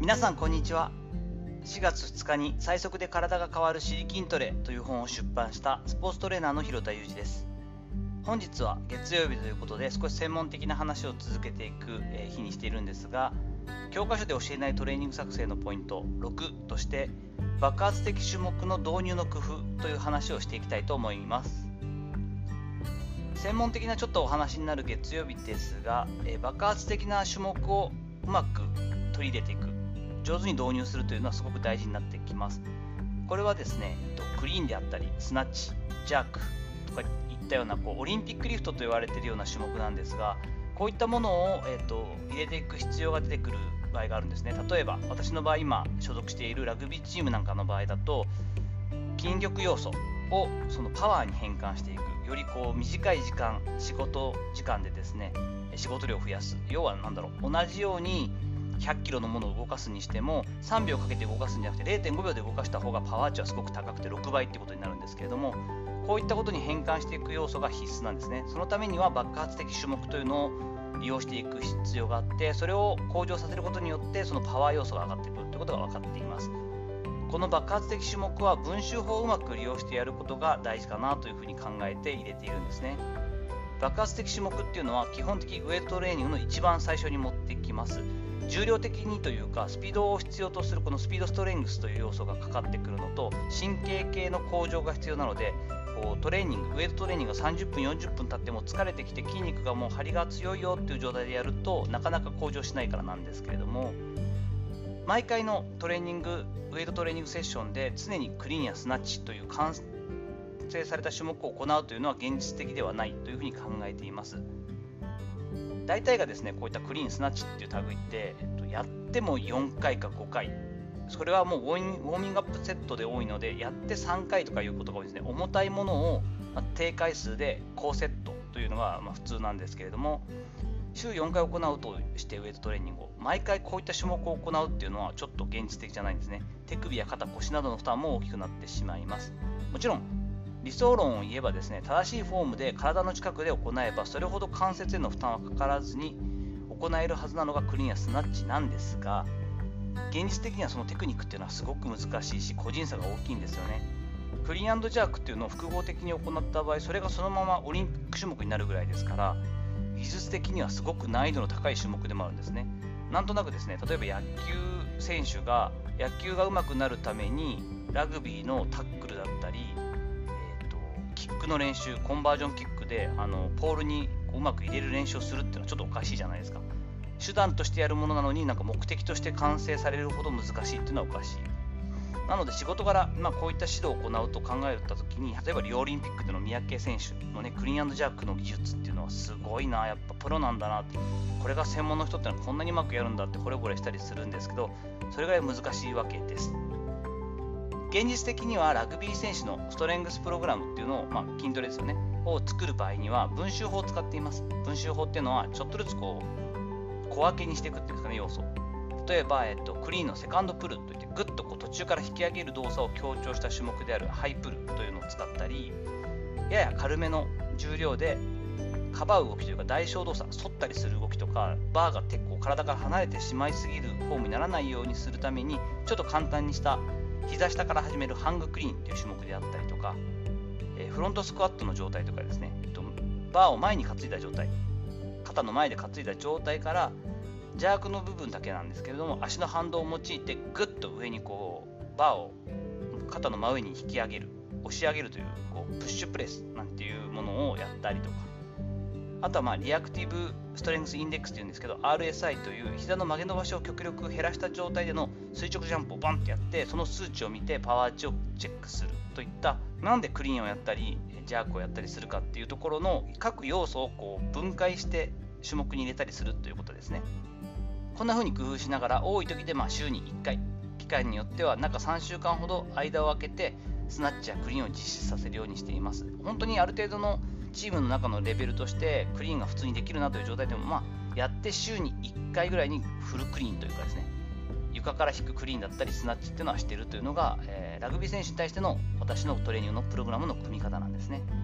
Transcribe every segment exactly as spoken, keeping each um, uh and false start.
皆さんこんにちは。しがつふつかに最速で体が変わる尻筋トレという本を出版したスポーツトレーナーの広田裕二です。本日は月曜日ということで少し専門的な話を続けていく日にしているんですが、教科書で教えないトレーニング作成のポイントろくとして爆発的種目の導入の工夫という話をしていきたいと思います。専門的なちょっとお話になる月曜日ですが、爆発的な種目をうまく取り入れていく、上手に導入するというのはすごく大事になってきます。これはですね、クリーンであったりスナッチ、ジャークとかいったようなこうオリンピックリフトと言われているような種目なんですが、こういったものを、えーと、入れていく必要が出てくる場合があるんですね。例えば私の場合今所属しているラグビーチームなんかの場合だと、筋力要素をそのパワーに変換していく、よりこう短い時間、仕事時間でですね仕事量を増やす。要は何だろう、同じようにひゃっキロのものを動かすにしてもさんびょうかけて動かすんじゃなくて れいてんごびょうで動かした方がパワー値はすごく高くてろくばいってことになるんですけれども、こういったことに変換していく要素が必須なんですね。そのためには爆発的種目というのを利用していく必要があって、それを向上させることによってそのパワー要素が上がってくるということが分かっています。この爆発的種目は分周法をうまく利用してやることが大事かなというふうに考えて入れているんですね。爆発的種目っていうのは基本的ウェイトトレーニングの一番最初に持ってきます。重量的にというかスピードを必要とするこのスピードストレングスという要素がかかってくるのと、神経系の向上が必要なので、こうトレーニングウェイトトレーニングがさんじゅっぷんよんじゅっぷん経っても疲れてきて筋肉がもう張りが強いよっていう状態でやるとなかなか向上しないからなんですけれども、毎回のトレーニングウェイトトレーニングセッションで常にクリーンやスナッチという完成された種目を行うというのは現実的ではないというふうに考えています。大体がですね、こういったクリーンスナッチっていう類って、えっと、やってもよんかいかごかい、それはもうウォーミングアップセットで多いのでやってさんかいとかいうことが多いですね。重たいものを低回数で高セットというのがまあ普通なんですけれども、週よんかい行うとしてウェイトトレーニングを毎回こういった種目を行うっていうのはちょっと現実的じゃないんですね。手首や肩、腰などの負担も大きくなってしまいます。もちろん理想論を言えばですね、正しいフォームで体の近くで行えばそれほど関節への負担はかからずに行えるはずなのがクリーンやスナッチなんですが、現実的にはそのテクニックっていうのはすごく難しいし個人差が大きいんですよね。クリーン&ジャークっていうのを複合的に行った場合、それがそのままオリンピック種目になるぐらいですから、技術的にはすごく難易度の高い種目でもあるんですね。なんとなくですね、例えば野球選手が野球が上手くなるためにラグビーのタックルだったり、えーと、キックの練習、コンバージョンキックであのポールにうまく入れる練習をするっていうのはちょっとおかしいじゃないですか。手段としてやるものなのになんか目的として完成されるほど難しいっていうのはおかしい。なので仕事柄、まあ、こういった指導を行うと考えたときに、例えばリオオリンピックでの三宅選手のねクリーン&ジャークの技術っていうのはすごいな、やっぱプロなんだなって、これが専門の人ってのはこんなにうまくやるんだって惚れ惚れしたりするんですけど、それぐらい難しいわけです。現実的にはラグビー選手のストレングスプログラムっていうのを、まあ、筋トレですよねを作る場合には分周法を使っています。分周法っていうのはちょっとずつこう小分けにしていくっていうんですかね、要素。例えば、えっと、クリーンのセカンドプルといってグッとこう途中から引き上げる動作を強調した種目であるハイプルというのを使ったり、やや軽めの重量でかばう動きというか代償動作、反ったりする動きとか、バーが結構体から離れてしまいすぎるフォームにならないようにするためにちょっと簡単にした膝下から始めるハングクリーンという種目であったりとか、えー、フロントスクワットの状態とかですね、えっと、バーを前に担いだ状態、肩の前で担いだ状態からジャークの部分だけなんですけれども、足の反動を用いてグッと上にこうバーを肩の真上に引き上げる、押し上げるという、こうプッシュプレスなんていうものをやったりとか、あとはまあリアクティブストレングスインデックスというんですけど アールエスアイ という膝の曲げ伸ばしを極力減らした状態での垂直ジャンプをバンってやって、その数値を見てパワー値をチェックするといった、なんでクリーンをやったりジャークをやったりするかっていうところの各要素をこう分解して種目に入れたりするということですね。こんな風に工夫しながら多い時でまあ週にいっかい、機会によっては中さんしゅうかんほど間を空けてスナッチやクリーンを実施させるようにしています。本当にある程度のチームの中のレベルとしてクリーンが普通にできるなという状態でも、まあやって週にいっかいぐらいにフルクリーンというかですね、床から引くクリーンだったりスナッチっていうのはしているというのが、えー、ラグビー選手に対しての私のトレーニングのプログラムの組み方なんですね。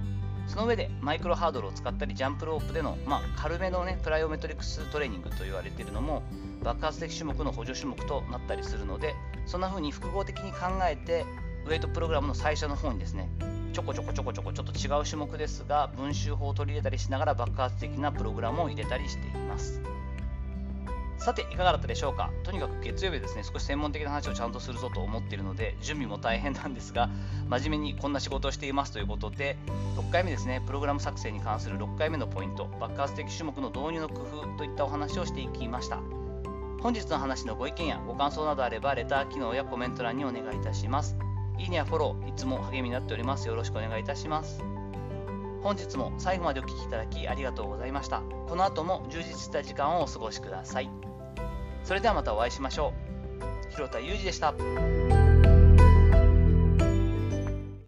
その上でマイクロハードルを使ったりジャンプロープでの、まあ、軽めのねプライオメトリクストレーニングと言われているのも爆発的種目の補助種目となったりするので、そんな風に複合的に考えてウェイトプログラムの最初の方にですね、ちょこちょこちょこちょこちょっと違う種目ですが文集法を取り入れたりしながら爆発的なプログラムを入れたりしています。さていかがだったでしょうか。とにかく月曜日ですね、少し専門的な話をちゃんとするぞと思っているので準備も大変なんですが、真面目にこんな仕事をしていますということで、ろっかいめですね、プログラム作成に関するろっかいめのポイント、爆発的種目の導入の工夫といったお話をしていきました。本日の話のご意見やご感想などあればレター機能やコメント欄にお願いいたします。いいねやフォローいつも励みになっております。よろしくお願いいたします。本日も最後までお聞きいただきありがとうございました。この後も充実した時間をお過ごしください。それではまたお会いしましょう。広田裕二でした。